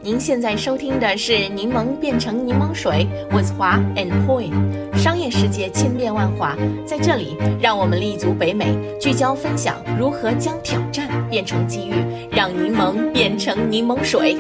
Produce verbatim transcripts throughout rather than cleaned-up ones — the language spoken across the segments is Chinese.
您现在收听的是柠檬变成柠檬水 with 华 and Poi。 商业世界千变万化，在这里让我们立足北美，聚焦分享如何将挑战变成机遇，让柠檬变成柠檬水。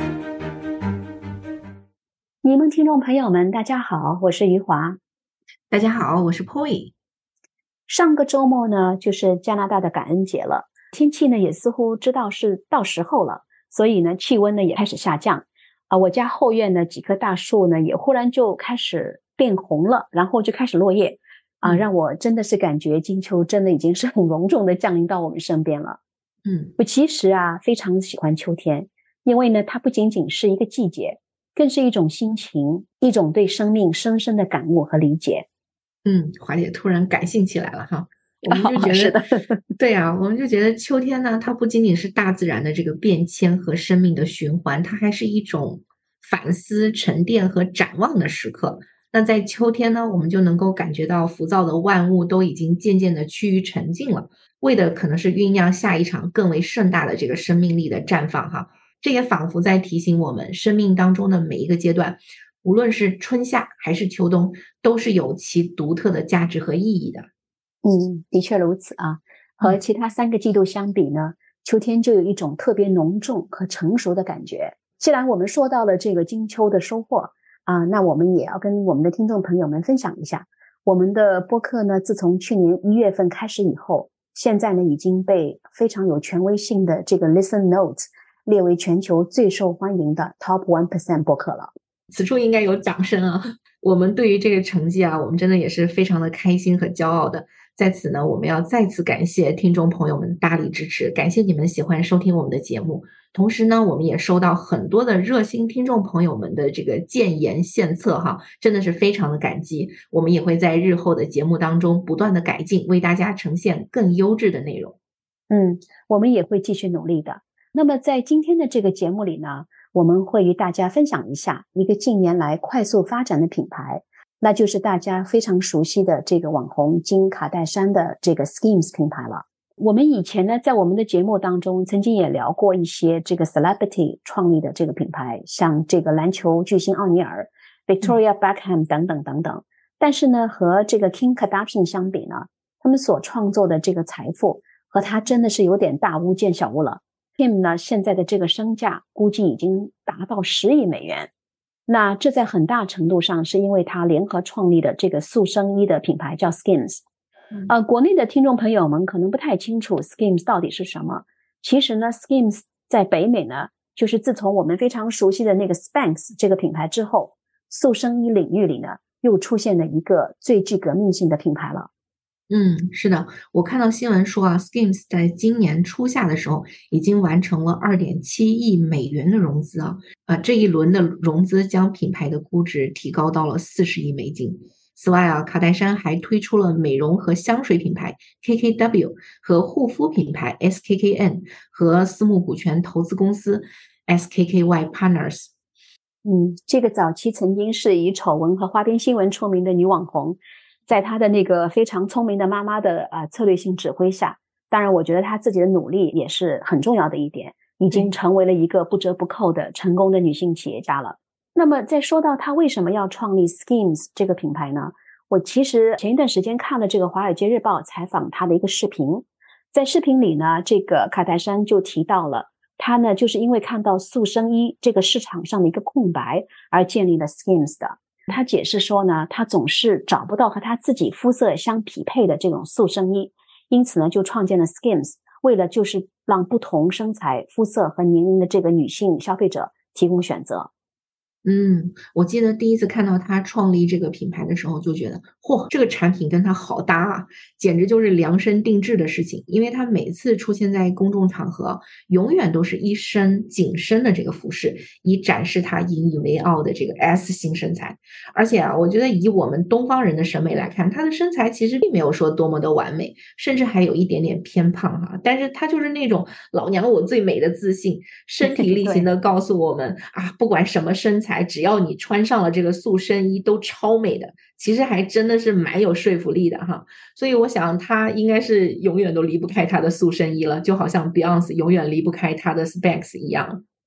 柠檬听众朋友们大家好，我是余华。 大家好，我是 Poi。 上个周末呢就是加拿大的感恩节了，天气呢也似乎知道是到时候了，所以呢气温呢也开始下降啊、呃，我家后院的几棵大树呢也忽然就开始变红了，然后就开始落叶啊、呃，让我真的是感觉金秋真的已经是很隆重的降临到我们身边了。 嗯， 我其实啊非常喜欢秋天，因为呢它不仅仅是一个季节，更是一种心情，一种对生命深深的感悟和理解。 嗯，华姐突然感性起来了哈，我们就觉得、哦、 是的对啊，我们就觉得秋天呢，它不仅仅是大自然的这个变迁和生命的循环，它还是一种反思、沉淀和展望的时刻。那在秋天呢，我们就能够感觉到浮躁的万物都已经渐渐的趋于沉静了，为的可能是酝酿下一场更为盛大的这个生命力的绽放哈。这也仿佛在提醒我们，生命当中的每一个阶段，无论是春夏还是秋冬，都是有其独特的价值和意义的。 嗯，的确如此啊。和其他三个季度相比呢，秋天就有一种特别浓重和成熟的感觉。既然我们说到了这个金秋的收获啊，那我们也要跟我们的听众朋友们分享一下，我们的播客呢，自从去年一月份开始以后，现在呢已经被非常有权威性的这个 Listen Notes 列为全球最受欢迎的 Top one percent 播客了。 此处应该有掌声啊！我们对于这个成绩啊，我们真的也是非常的开心和骄傲的。在此呢，我们要再次感谢听众朋友们大力支持，感谢你们喜欢收听我们的节目。同时呢，我们也收到很多的热心听众朋友们的这个建言献策哈，真的是非常的感激。我们也会在日后的节目当中不断的改进，为大家呈现更优质的内容。 嗯，我们也会继续努力的。那么在今天的这个节目里呢，我们会与大家分享一下一个近年来快速发展的品牌，那就是大家非常熟悉的这个网红金卡戴珊的这个 Skims 品牌了。我们以前呢，在我们的节目当中曾经也聊过一些这个 celebrity 创立的这个品牌，像这个篮球巨星奥尼尔、Victoria Beckham 等等等等。但是呢，和这个 Kim Kardashian 相比呢，他们所创作的这个财富和他真的是有点大巫见小巫了。Kim 呢，现在的这个身价估计已经达到十亿美元。那这在很大程度上是因为他联合创立的这个塑身衣的品牌叫 Skims。呃，国内的听众朋友们可能不太清楚 Skims 到底是什么。其实呢 Skims 在北美呢，就是自从我们非常熟悉的那个 Spanx 这个品牌之后，塑身衣领域里呢，又出现了一个最具革命性的品牌了。 嗯，是的，我看到新闻说啊 ，Skims 在今年初夏的时候已经完成了 二点七亿美元的融资啊，啊，这一轮的融资将品牌的估值提高到了四十亿美金。此外啊，卡戴珊还推出了美容和香水品牌 K K W 和护肤品牌 S K K N 和私募股权投资公司 S K K Y Partners。 嗯，这个早期曾经是以丑闻和花边新闻出名的女网红，在她的那个非常聪明的妈妈的呃策略性指挥下，当然我觉得她自己的努力也是很重要的一点，已经成为了一个不折不扣的成功的女性企业家了。那么在说到她为什么要创立 Skims 这个品牌呢，我其实前一段时间看了这个华尔街日报采访她的一个视频，在视频里呢，这个卡戴珊就提到了她呢就是因为看到塑身衣这个市场上的一个空白而建立了 Skims 的。他解释说呢，他总是找不到和他自己肤色相匹配的这种塑身衣，因此呢就创建了 Skims， 为了就是让不同身材、肤色和年龄的这个女性消费者提供选择。 嗯，我记得第一次看到他创立这个品牌的时候，就觉得，嚯，这个产品跟他好搭啊，简直就是量身定制的事情。因为他每次出现在公众场合，永远都是一身紧身的这个服饰，以展示他引以为傲的这个 S 型身材。而且啊，我觉得以我们东方人的审美来看，他的身材其实并没有说多么的完美，甚至还有一点点偏胖哈。但是他就是那种老娘我最美的自信，身体力行的告诉我们啊，不管什么身材，只要你穿上了这个塑身衣都超美的，其实还真的是蛮有说服力的哈。所以我想他应该是永远都离不开他的塑身衣了，就好像 Beyonce 永远离不开他的 Spanx 一样。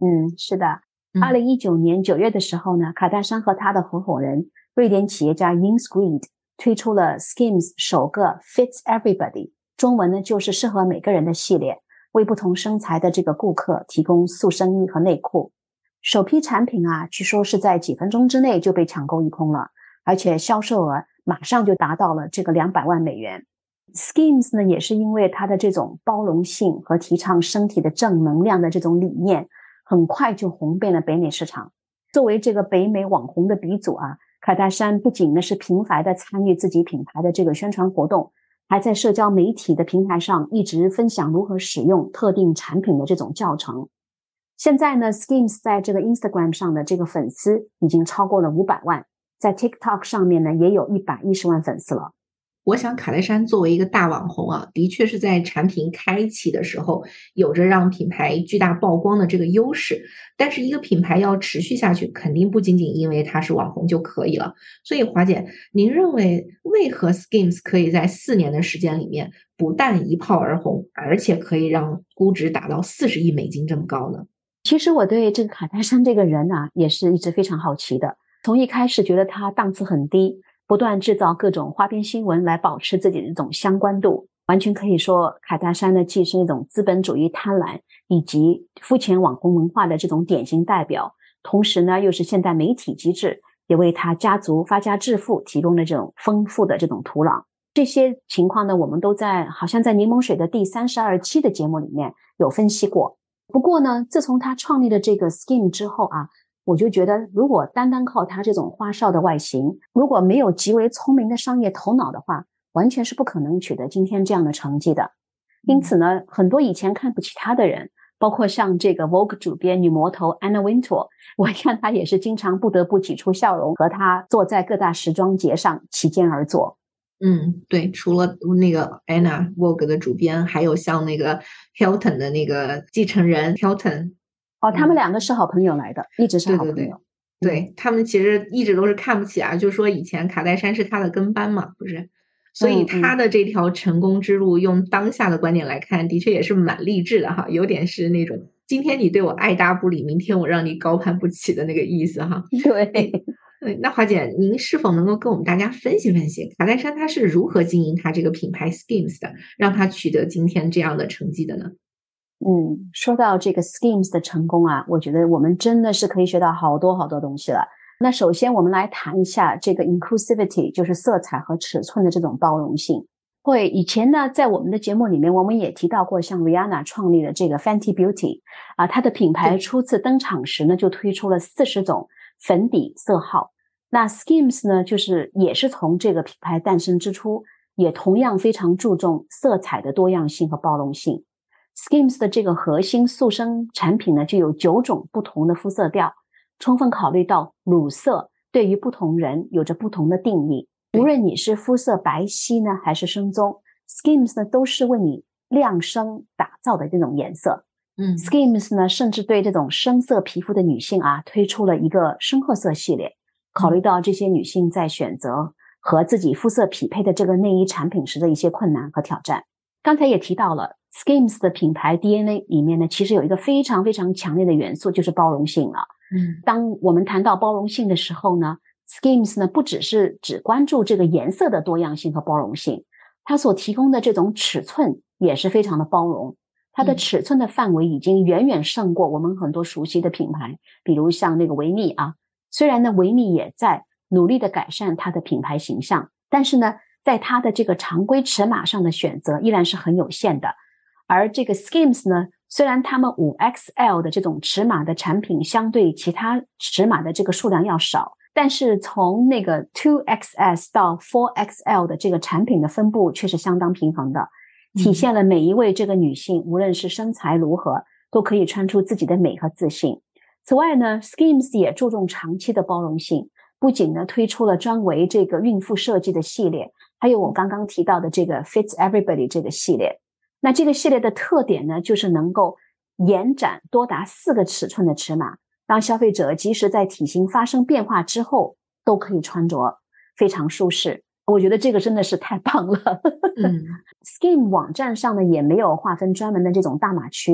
嗯，是的。二零一九年九月的时候呢，卡戴珊和他的合伙人瑞典企业家 Ingrid 推出了 Skims 首个 Fits Everybody， 中文呢就是适合每个人的系列，为不同身材的这个顾客提供塑身衣和内裤。首批产品啊，据说是在几分钟之内就被抢购一空了，而且销售额马上就达到了这个两百万美元。Skims 呢，也是因为它的这种包容性和提倡身体的正能量的这种理念，很快就红遍了北美市场。作为这个北美网红的鼻祖啊，卡戴珊不仅呢是频繁的参与自己品牌的这个宣传活动，还在社交媒体的平台上一直分享如何使用特定产品的这种教程。现在呢 Skims 在这个 Instagram 上的这个粉丝已经超过了五百万，在 TikTok 上面呢也有一百一十万粉丝了。 我想卡戴珊作为一个大网红啊，的确是在产品开启的时候有着让品牌巨大曝光的这个优势，但是一个品牌要持续下去，肯定不仅仅因为它是网红就可以了。所以华姐，您认为为何 Skims 可以在四年的时间里面不但一炮而红，而且可以让估值达到四十亿美金这么高呢？ 其实我对这个卡戴珊这个人啊，也是一直非常好奇的。从一开始觉得他档次很低，不断制造各种花边新闻来保持自己的这种相关度，完全可以说卡戴珊呢既是那种资本主义贪婪以及肤浅网红文化的这种典型代表，同时呢又是现代媒体机制，也为他家族发家致富提供了这种丰富的这种土壤。这些情况呢，我们都在好像在柠檬水的第三十二期的节目里面有分析过。不过呢，自从他创立了这个 Skim 之后啊，我就觉得如果单单靠他这种花哨的外形，如果没有极为聪明的商业头脑的话，完全是不可能取得今天这样的成绩的。因此呢，很多以前看不起他的人，包括像这个 Vogue 主编女魔头 Anna Wintour， 我看他也是经常不得不挤出笑容，和他坐在各大时装节上齐肩而坐。 嗯，对，除了那个 Anna Vogue 的主编，还有像那个 Hilton 的那个继承人 Hilton。 哦，他们两个是好朋友来的，嗯、一直是好朋友。 对对对，对、嗯、他们其实一直都是看不起啊，就是说以前卡戴珊是他的跟班嘛，不是？所以他的这条成功之路，嗯嗯、用当下的观点来看，的确也是蛮励志的哈，有点是那种今天你对我爱答不理，明天我让你高攀不起的那个意思哈。 对。 那华姐，您是否能够跟我们大家分析分析卡戴珊他是如何经营他这个品牌 Skims 的，让他取得今天这样的成绩的呢？ 嗯，说到这个 Skims 的成功啊，我觉得我们真的是可以学到好多好多东西了。那首先我们来谈一下这个 inclusivity， 就是色彩和尺寸的这种包容性。会以前呢，在我们的节目里面，我们也提到过，像 Rihanna 创立的这个 Fenty Beauty 啊，它的品牌初次登场时呢，就推出了四十种粉底色号。那 Skims 呢，就是也是从这个品牌诞生之初，也同样非常注重色彩的多样性和包容性。Skims 的这个核心塑身产品呢，就有九种不同的肤色调，充分考虑到乳色对于不同人有着不同的定义。无论你是肤色白皙呢，还是深棕 ，Skims 呢都是为你量身打造的这种颜色。 嗯 ，Skims 呢甚至对这种深色皮肤的女性啊，推出了一个深褐色系列，考虑到这些女性在选择和自己肤色匹配的这个内衣产品时的一些困难和挑战。刚才也提到了 Skims 的品牌 D N A 里面呢，其实有一个非常非常强烈的元素，就是包容性了。 嗯， 当我们谈到包容性的时候呢， Skims 呢不只是只关注这个颜色的多样性和包容性，它所提供的这种尺寸也是非常的包容。它的尺寸的范围已经远远胜过我们很多熟悉的品牌，比如像那个维密啊。虽然呢，维密也在努力的改善它的品牌形象，但是呢，在它的这个常规尺码上的选择依然是很有限的。而这个 Skims 呢，虽然他们 五 X L 的这种尺码的产品相对其他尺码的这个数量要少，但是从那个 二 X S 到四 X L 的这个产品的分布却是相当平衡的，体现了每一位这个女性无论是身材如何都可以穿出自己的美和自信。此外呢， Skims 也注重长期的包容性，不仅呢推出了专为这个孕妇设计的系列，还有我刚刚提到的这个 Fits Everybody 这个系列。那这个系列的特点呢，就是能够延展多达四个尺寸的尺码，让消费者即使在体型发生变化之后都可以穿着非常舒适。我觉得这个真的是太棒了。 嗯 Skim 网站上呢也没有划分专门的这种大码区，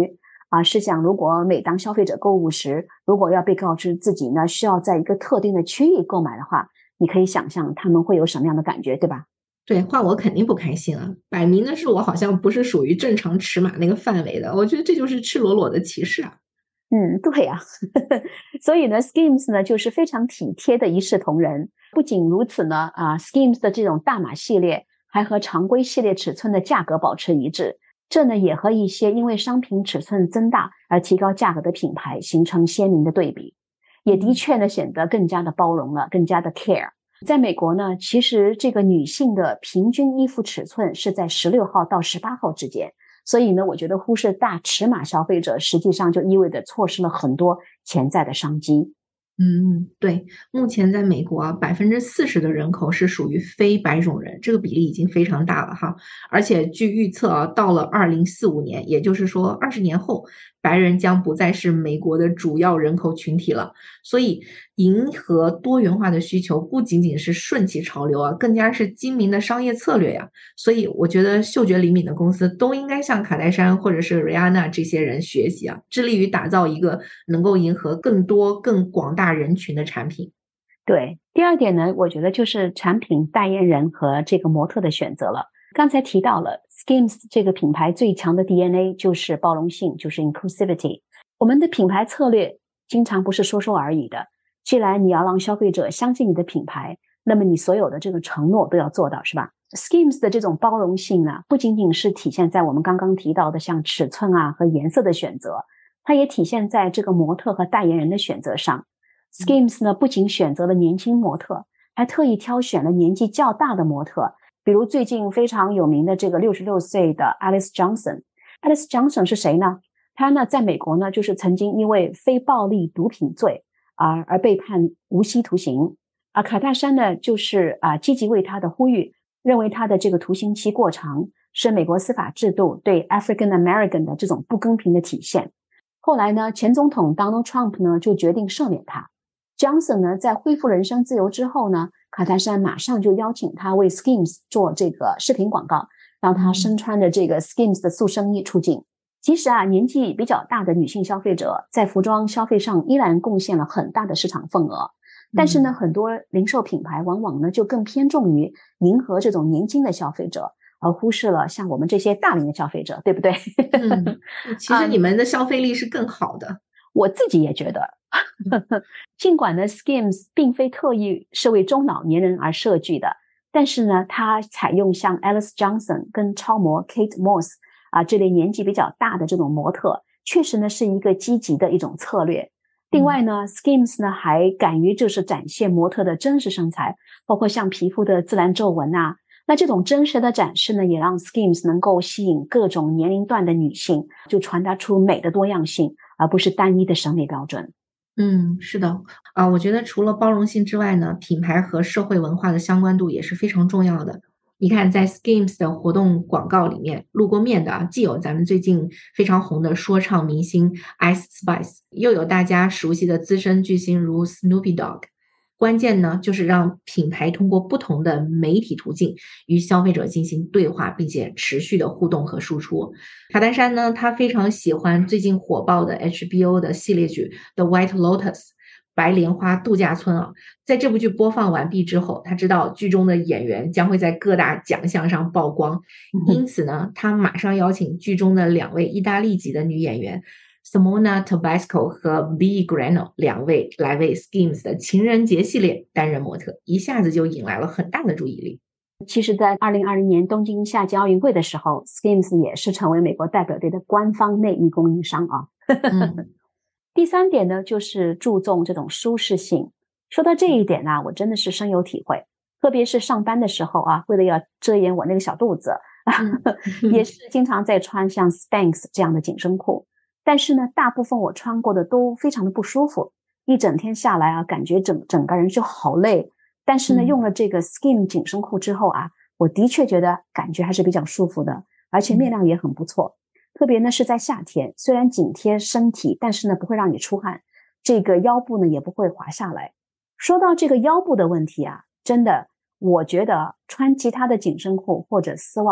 啊，是讲如果每当消费者购物时，如果要被告知自己呢需要在一个特定的区域购买的话，你可以想象他们会有什么样的感觉，对吧？ 对，换我肯定不开心啊！摆明的是我好像不是属于正常尺码那个范围的，我觉得这就是赤裸裸的歧视啊！ 嗯，对呀、啊，所以呢 ，Skims 呢就是非常体贴的一视同仁。不仅如此呢，啊 ，Skims 的这种大码系列还和常规系列尺寸的价格保持一致，这呢也和一些因为商品尺寸增大而提高价格的品牌形成鲜明的对比，也的确呢显得更加的包容了，更加的 care。在美国呢，其实这个女性的平均衣服尺寸是在十六号到十八号之间。所以呢，我觉得忽视大尺码消费者，实际上就意味着错失了很多潜在的商机。 嗯，对，目前在美国啊，百分之四十的人口是属于非白种人，这个比例已经非常大了哈。而且据预测啊，到了二零四五年，也就是说二十年后，白人将不再是美国的主要人口群体了。所以，迎合多元化的需求不仅仅是顺其潮流啊，更加是精明的商业策略呀。所以，我觉得嗅觉灵敏的公司都应该向卡戴珊或者是瑞安娜这些人学习啊，致力于打造一个能够迎合更多、更广大人群的产品。 对，第二点呢，我觉得就是产品代言人和这个模特的选择了。刚才提到了 Skims 这个品牌最强的 D N A 就是包容性，就是 inclusivity。我们的品牌策略经常不是说说而已的。既然你要让消费者相信你的品牌，那么你所有的这个承诺都要做到，是吧？ Skims 的这种包容性呢，不仅仅是体现在我们刚刚提到的像尺寸啊和颜色的选择，它也体现在这个模特和代言人的选择上。Skims 呢，不仅选择了年轻模特，还特意挑选了年纪较大的模特，比如最近非常有名的这个六十六岁的 Alice Johnson。Alice Johnson 是谁呢？她呢，在美国呢，就是曾经因为非暴力毒品罪而而被判无期徒刑。啊，卡戴珊呢，就是啊积极为她的呼吁，认为她的这个徒刑期过长是美国司法制度对 African American 的这种不公平的体现。后来呢，前总统 Donald Trump 呢就决定赦免他。Johnson 呢，在恢复人身自由之后呢，卡戴珊马上就邀请他为 Skims 做这个视频广告，让他身穿着这个 Skims 的塑身衣出镜。其实啊，年纪比较大的女性消费者在服装消费上依然贡献了很大的市场份额，但是呢，很多零售品牌往往呢就更偏重于迎合这种年轻的消费者，而忽视了像我们这些大龄的消费者，对不对？ 嗯，其实你们的消费力是更好的。 我自己也觉得，尽管呢 Skims 并非特意是为中老年人而设计的，但是呢，它采用像 Alice Johnson 跟超模 Kate Moss 啊这类年纪比较大的这种模特，确实呢是一个积极的一种策略。另外呢 Skims 呢还敢于就是展现模特的真实身材，包括像皮肤的自然皱纹啊，那这种真实的展示呢，也让 Skims 能够吸引各种年龄段的女性，就传达出美的多样性，而不是单一的审美标准。 嗯，是的啊，我觉得除了包容性之外呢，品牌和社会文化的相关度也是非常重要的。你看，在 Skims 的活动广告里面露过面的啊，既有咱们最近非常红的说唱明星 Ice Spice， 又有大家熟悉的资深巨星如 Snoopy Dogg。关键呢，就是让品牌通过不同的媒体途径与消费者进行对话，并且持续的互动和输出。卡戴珊呢，他非常喜欢最近火爆的 H B O 的系列剧《The White Lotus》白莲花度假村啊。在这部剧播放完毕之后，他知道剧中的演员将会在各大奖项上曝光，因此呢，他马上邀请剧中的两位意大利籍的女演员Simona Tabasco 和 V Grano 两位来为 Skims 的情人节系列担任模特，一下子就引来了很大的注意力。 其实在二零二零年东京夏季奥运会的时候 Skims 也是成为美国代表队的官方内衣供应商啊。 嗯、 第三点呢，就是注重这种舒适性。说到这一点呢、啊，我真的是深有体会，特别是上班的时候啊，为了要遮掩我那个小肚子，嗯、也是经常在穿像 Spanx 这样的紧身裤。但是呢，大部分我穿过的都非常的不舒服，一整天下来啊，感觉整整个人就好累。但是呢，用了这个 Skin 紧身裤之后啊，我的确觉得感觉还是比较舒服的，而且面料也很不错。特别呢是在夏天，虽然紧贴身体，但是呢不会让你出汗，这个腰部呢也不会滑下来。说到这个腰部的问题啊，真的，我觉得穿其他的紧身裤或者丝袜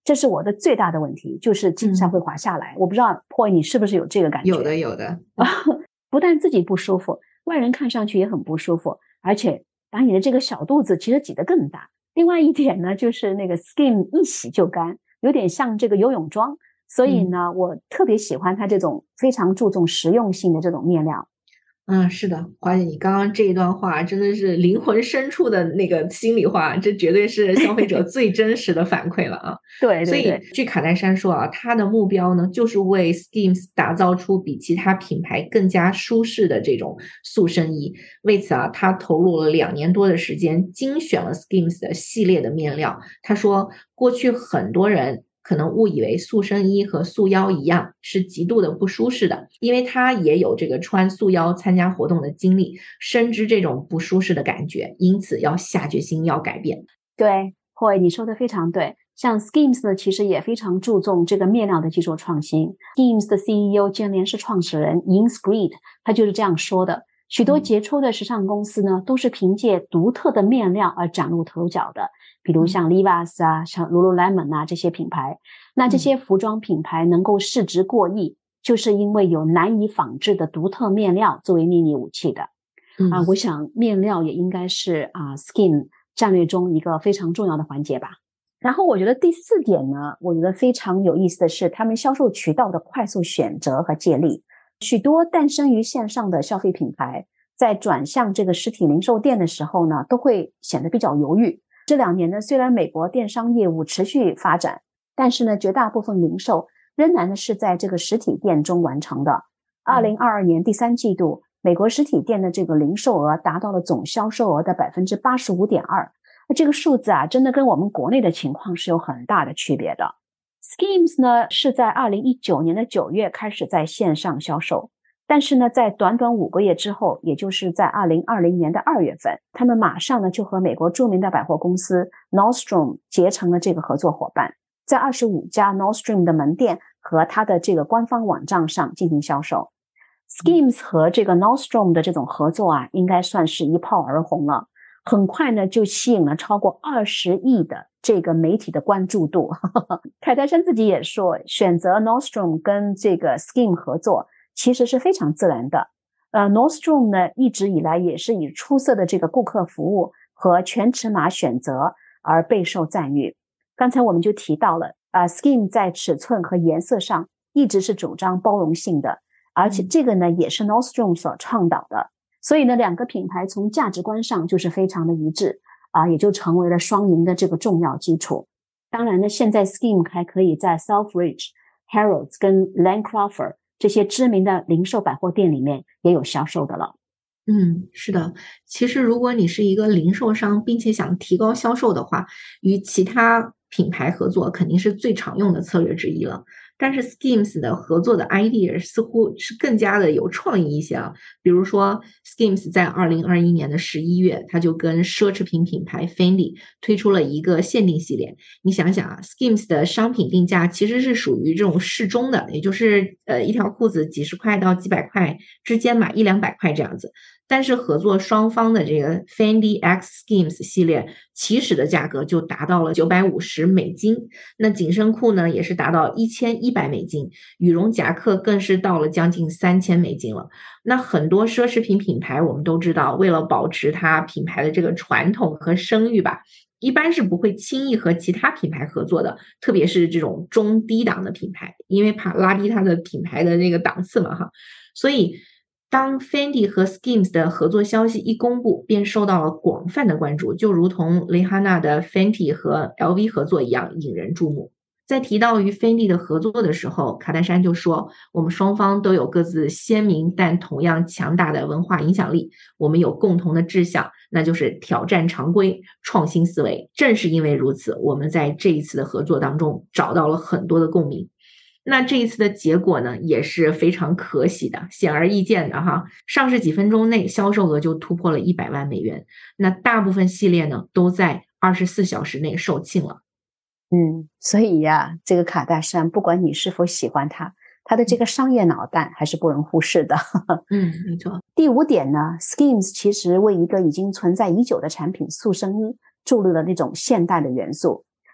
这是我的最大的问题，就是经常会滑下来。嗯、我不知道 Poi 你是不是有这个感觉？ 有的，有的。 不但自己不舒服，外人看上去也很不舒服，而且把你的这个小肚子其实挤得更大。另外一点呢，就是那个 Skim 一洗就干，有点像这个游泳装。所以呢，嗯、我特别喜欢它这种非常注重实用性的这种面料。 嗯，是的，华姐，你刚刚这一段话真的是灵魂深处的那个心里话，这绝对是消费者最真实的反馈了啊！ 对对对。 所以据卡戴珊说啊，他的目标呢，就是为 Skims 打造出比其他品牌更加舒适的这种塑身衣。为此啊，他投入了两年多的时间，精选了 Skims 的系列的面料。他说，过去很多人可能误以为塑身衣和束腰一样是极度的不舒适的，因为他也有这个穿束腰参加活动的经历，深知这种不舒适的感觉，因此要下决心要改变。 对，Poi你说的非常对。像 Skims 呢，其实也非常注重这个面料的技术创新。Skims 的 C E O 兼联世创始人 Yin Screed 他就是这样说的。许多杰出的时尚公司呢，都是凭借独特的面料而崭露头角的，比如像 Levi's 啊、像 Lululemon 啊这些品牌。那这些服装品牌能够市值过亿，就是因为有难以仿制的独特面料作为秘密武器的。 嗯、 啊，我想面料也应该是啊 Skim 战略中一个非常重要的环节吧。然后我觉得第四点呢，我觉得非常有意思的是他们销售渠道的快速选择和借力。许多诞生于线上的消费品牌在转向这个实体零售店的时候呢，都会显得比较犹豫。这两年呢，虽然美国电商业务持续发展，但是呢，绝大部分零售仍然呢是在这个实体店中完成的。二零二二年第三季度，美国实体店的这个零售额达到了总销售额的 百分之八十五点二， 那这个数字啊，真的跟我们国内的情况是有很大的区别的。Skims 呢是在二零一九年的九月开始在线上销售，但是呢在短短五个月之后，也就是在二零二零年的二月份，他们马上呢就和美国著名的百货公司 Nordstrom 结成了这个合作伙伴，在二十五家 Nordstrom 的门店和它的这个官方网站上进行销售。Skims 和这个 Nordstrom 的这种合作啊，应该算是一炮而红了，很快呢就吸引了超过二十亿的这个媒体的关注度。凯戴珊自己也说，选择 Nordstrom 跟这个 Skim 合作其实是非常自然的。呃 Nordstrom 呢一直以来也是以出色的这个顾客服务和全尺码选择而备受赞誉。刚才我们就提到了啊 Skim 在尺寸和颜色上一直是主张包容性的，而且这个呢也是 Nordstrom 所倡导的。所以呢两个品牌从价值观上就是非常的一致啊，也就成为了双赢的这个重要基础。当然呢，现在 Skim 还可以在 Selfridge、Harrods 跟 Lane Crawford 这些知名的零售百货店里面也有销售的了。 嗯，是的。其实如果你是一个零售商，并且想提高销售的话，与其他品牌合作肯定是最常用的策略之一了。但是 Skims 的合作的 idea 似乎是更加的有创意一些啊。比如说 Skims 在二零二一年的十一月，它就跟奢侈品品牌 Fendi 推出了一个限定系列。你想想啊 Skims 的商品定价其实是属于这种适中的，也就是呃一条裤子几十块到几百块之间嘛，一两百块这样子。但是合作双方的这个 Fendi X Skims 系列起始的价格就达到了九百五十美金，那紧身裤呢也是达到一千一百美金，羽绒夹克更是到了将近三千美金了。那很多奢侈品品牌我们都知道，为了保持它品牌的这个传统和声誉吧，一般是不会轻易和其他品牌合作的，特别是这种中低档的品牌，因为怕拉低它的品牌的那个档次嘛哈。所以当 Fendi 和 Skims 的合作消息一公布，便受到了广泛的关注，就如同蕾哈娜的 Fenty 和 L V 合作一样引人注目。在提到与 Fendi 的合作的时候，卡戴珊就说，我们双方都有各自鲜明但同样强大的文化影响力，我们有共同的志向，那就是挑战常规，创新思维。正是因为如此，我们在这一次的合作当中找到了很多的共鸣。那这一次的结果呢，也是非常可喜的，显而易见的哈。上市几分钟内，销售额就突破了一百万美元。那大部分系列呢，都在二十四小时内售罄了。 嗯，所以呀、啊，这个卡戴珊，不管你是否喜欢他，他的这个商业脑袋还是不容忽视的。 嗯，没错。 第五点呢 ，Skims 其实为一个已经存在已久的产品塑身衣注入了那种现代的元素。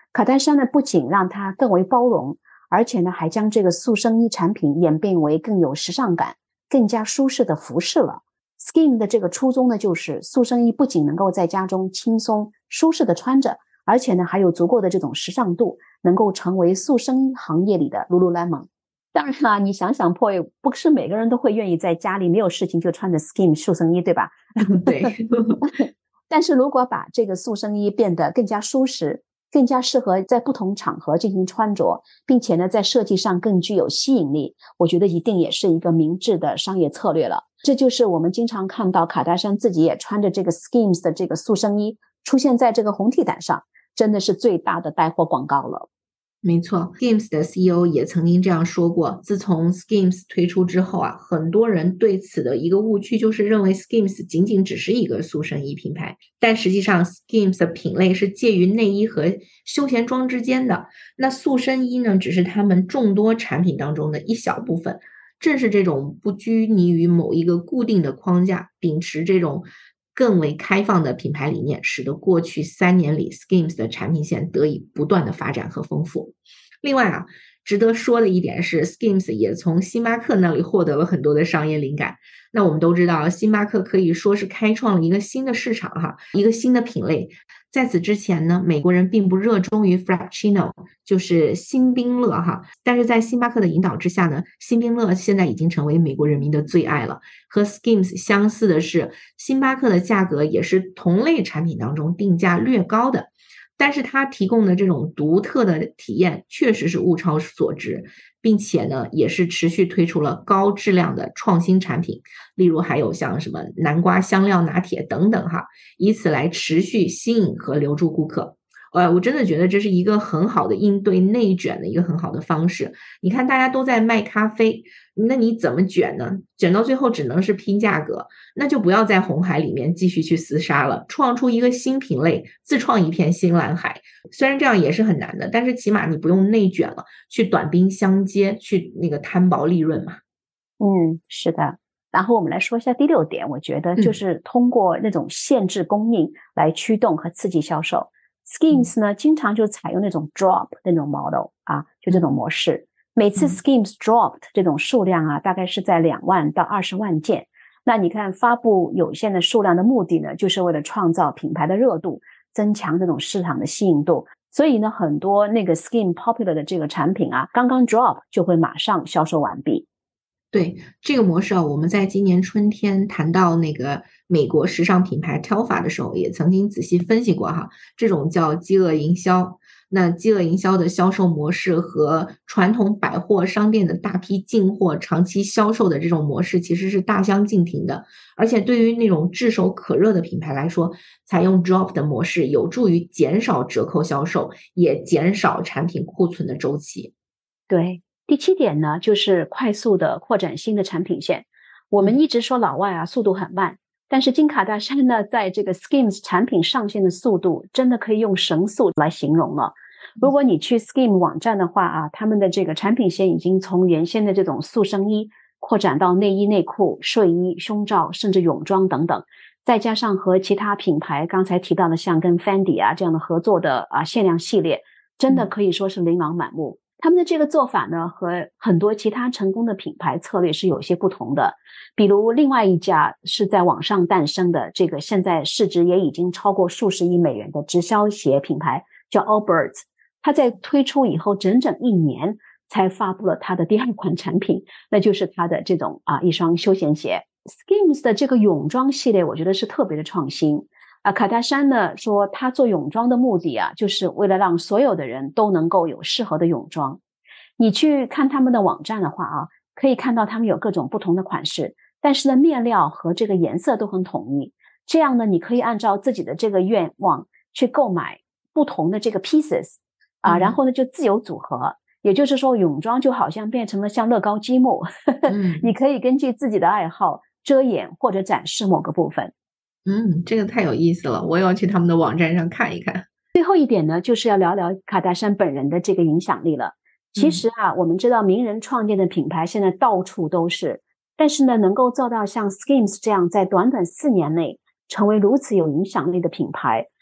卡戴珊呢不仅让它更为包容，而且呢还将这个塑身衣产品演变为更有时尚感、更加舒适的服饰了。Skims 的这个初衷呢，就是塑身衣不仅能够在家中轻松舒适的穿着，而且呢还有足够的这种时尚度，能够成为塑身衣行业里的 Lululemon。当然啦，你想想破，不是每个人都会愿意在家里没有事情就穿着 Skims 塑身衣，对吧？ 对。 但是如果把这个塑身衣变得更加舒适，更加适合在不同场合进行穿着，并且呢在设计上更具有吸引力，我觉得一定也是一个明智的商业策略了。这就是我们经常看到卡戴珊自己也穿着这个 Skims 的这个塑身衣出现在这个红地毯上，真的是最大的带货广告了。 没错 Skims 的 C E O 也曾经这样说过，自从 Skims 推出之后啊，很多人对此的一个误区就是认为 Skims 仅仅只是一个塑身衣品牌，但实际上 Skims 的品类是介于内衣和休闲装之间的，那塑身衣呢，只是他们众多产品当中的一小部分。正是这种不拘泥于某一个固定的框架，秉持这种更为开放的品牌理念，使得过去三年里 Skims 的产品线得以不断的发展和丰富。另外啊，值得说的一点是 Skims 也从星巴克那里获得了很多的商业灵感。那我们都知道星巴克可以说是开创了一个新的市场哈，一个新的品类。在此之前呢，美国人并不热衷于 Frappuccino， 就是星冰乐哈，但是在星巴克的引导之下呢，星冰乐现在已经成为美国人民的最爱了。和 Skims 相似的是，星巴克的价格也是同类产品当中定价略高的，但是它提供的这种独特的体验确实是物超所值，并且呢，也是持续推出了高质量的创新产品，例如还有像什么南瓜香料拿铁等等哈，以此来持续吸引和留住顾客。呃，我真的觉得这是一个很好的应对内卷的一个很好的方式。你看大家都在卖咖啡，那你怎么卷呢？卷到最后只能是拼价格，那就不要在红海里面继续去厮杀了，创出一个新品类，自创一片新蓝海。虽然这样也是很难的，但是起码你不用内卷了，去短兵相接，去那个摊薄利润嘛。 嗯，是的。然后我们来说一下第六点，我觉得就是通过那种限制供应来驱动和刺激销售。Skims 呢，经常就采用那种 drop 那种 model 啊，就这种模式。每次 Skims dropped 这种数量啊，大概是在两万到二十万件。那你看发布有限的数量的目的呢，就是为了创造品牌的热度，增强这种市场的吸引度。所以呢，很多那个 Skim popular 的这个产品啊，刚刚 drop 就会马上销售完毕。 对，这个模式啊，我们在今年春天谈到那个美国时尚品牌 Telfar 的时候，也曾经仔细分析过哈，这种叫饥饿营销。那饥饿营销的销售模式和传统百货商店的大批进货、长期销售的这种模式其实是大相径庭的。而且对于那种炙手可热的品牌来说，采用 drop 的模式有助于减少折扣销售，也减少产品库存的周期。 对。第七点呢，就是快速的扩展新的产品线。我们一直说老外啊速度很慢，但是金卡戴珊呢，在这个 Skims 产品上线的速度真的可以用神速来形容了。如果你去 Skims 网站的话啊，他们的这个产品线已经从原先的这种塑身衣扩展到内衣内裤、睡衣、胸罩，甚至泳装等等，再加上和其他品牌刚才提到的像跟 Fendi 啊这样的合作的啊限量系列，真的可以说是琳琅满目。他们的这个做法呢，和很多其他成功的品牌策略是有些不同的。比如另外一家是在网上诞生的，这个现在市值也已经超过数十亿美元的直销鞋品牌叫 Allbirds， 它在推出以后整整一年才发布了它的第二款产品，那就是它的这种啊一双休闲鞋。Skims 的这个泳装系列我觉得是特别的创新。啊，卡戴珊呢说他做泳装的目的啊，就是为了让所有的人都能够有适合的泳装。你去看他们的网站的话啊，可以看到他们有各种不同的款式，但是呢面料和这个颜色都很统一。这样呢，你可以按照自己的这个愿望去购买不同的这个 pieces 啊，然后呢就自由组合。也就是说，泳装就好像变成了像乐高积木，嗯、你可以根据自己的爱好遮掩或者展示某个部分。 嗯，这个太有意思了，我也要去他们的网站上看一看。 最后一点呢，就是要聊聊卡戴珊本人的这个影响力了。其实啊，嗯、我们知道名人创建的品牌现在到处都是，但是呢，能够做到像 Skims 这样在短短四年内成为如此有影响力的品牌，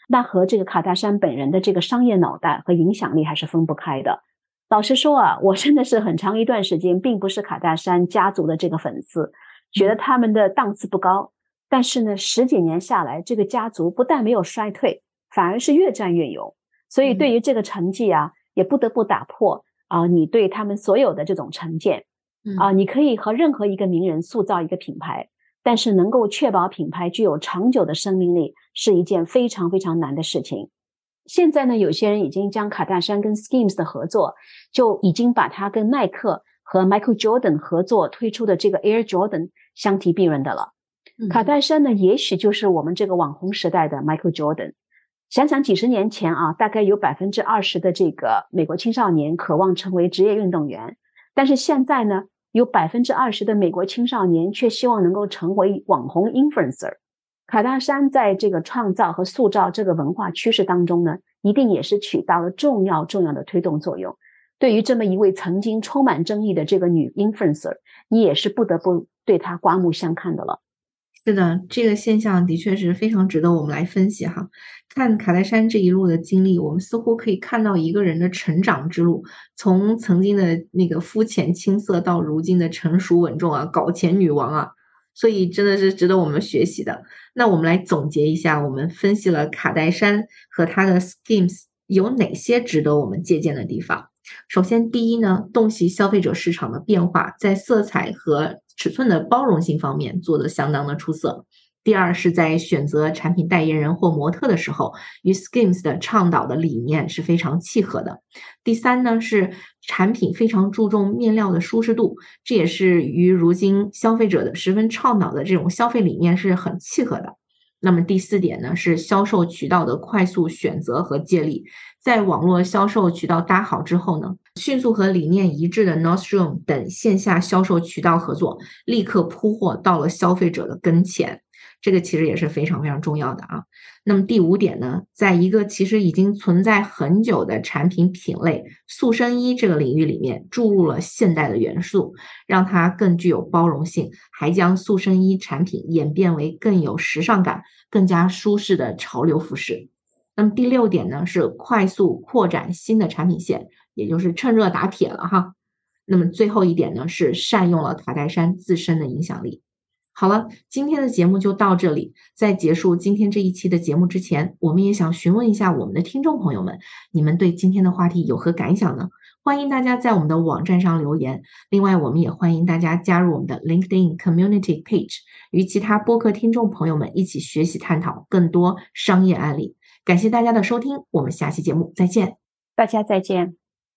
那和这个卡戴珊本人的这个商业脑袋和影响力还是分不开的。老实说啊，我真的是很长一段时间并不是卡戴珊家族的这个粉丝，觉得他们的档次不高。但是呢，十几年下来，这个家族不但没有衰退，反而是越战越勇。所以对于这个成绩啊，也不得不打破啊、呃、你对他们所有的这种成见啊、呃。你可以和任何一个名人塑造一个品牌，但是能够确保品牌具有长久的生命力，是一件非常非常难的事情。现在呢，有些人已经将卡戴珊跟 Skims 的合作，就已经把它跟耐克和 Michael Jordan 合作推出的这个 Air Jordan 相提并论的了。嗯、卡戴珊呢，也许就是我们这个网红时代的 Michael Jordan。想想几十年前啊，大概有 百分之二十 的这个美国青少年渴望成为职业运动员，但是现在呢，有 百分之二十 的美国青少年却希望能够成为网红 influencer。卡戴珊在这个创造和塑造这个文化趋势当中呢，一定也是起到了重要重要的推动作用。对于这么一位曾经充满争议的这个女 influencer， 你也是不得不对她刮目相看的了。 是的，这个现象的确是非常值得我们来分析哈。看卡戴珊这一路的经历，我们似乎可以看到一个人的成长之路，从曾经的那个肤浅青涩到如今的成熟稳重啊，搞钱女王啊，所以真的是值得我们学习的。那我们来总结一下，我们分析了卡戴珊和她的 Skims 有哪些值得我们借鉴的地方。首先，第一呢，洞悉消费者市场的变化，在色彩和尺寸的包容性方面做得相当的出色。第二是在选择产品代言人或模特的时候，与 Skims 的倡导的理念是非常契合的。第三呢，是产品非常注重面料的舒适度，这也是与如今消费者的十分倡导的这种消费理念是很契合的。那么第四点呢，是销售渠道的快速选择和借力。在网络销售渠道搭好之后呢，迅速和理念一致的 Nordstrom 等线下销售渠道合作，立刻铺货到了消费者的跟前。这个其实也是非常非常重要的啊。那么第五点呢，在一个其实已经存在很久的产品品类塑身衣这个领域里面注入了现代的元素，让它更具有包容性，还将塑身衣产品演变为更有时尚感、更加舒适的潮流服饰。那么第六点呢，是快速扩展新的产品线，也就是趁热打铁了哈。那么最后一点呢，是善用了卡戴珊自身的影响力。好了，今天的节目就到这里。在结束今天这一期的节目之前，我们也想询问一下我们的听众朋友们，你们对今天的话题有何感想呢？欢迎大家在我们的网站上留言。另外，我们也欢迎大家加入我们的 LinkedIn Community Page， 与其他播客听众朋友们一起学习探讨更多商业案例。感谢大家的收听，我们下期节目再见。 大家再见。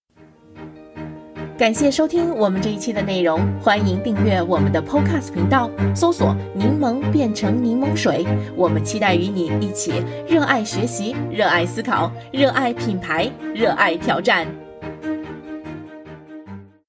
感谢收听我们这一期的内容，欢迎订阅我们的 Podcast 频道，搜索柠檬变成柠檬水。我们期待与你一起热爱学习，热爱思考，热爱品牌，热爱挑战。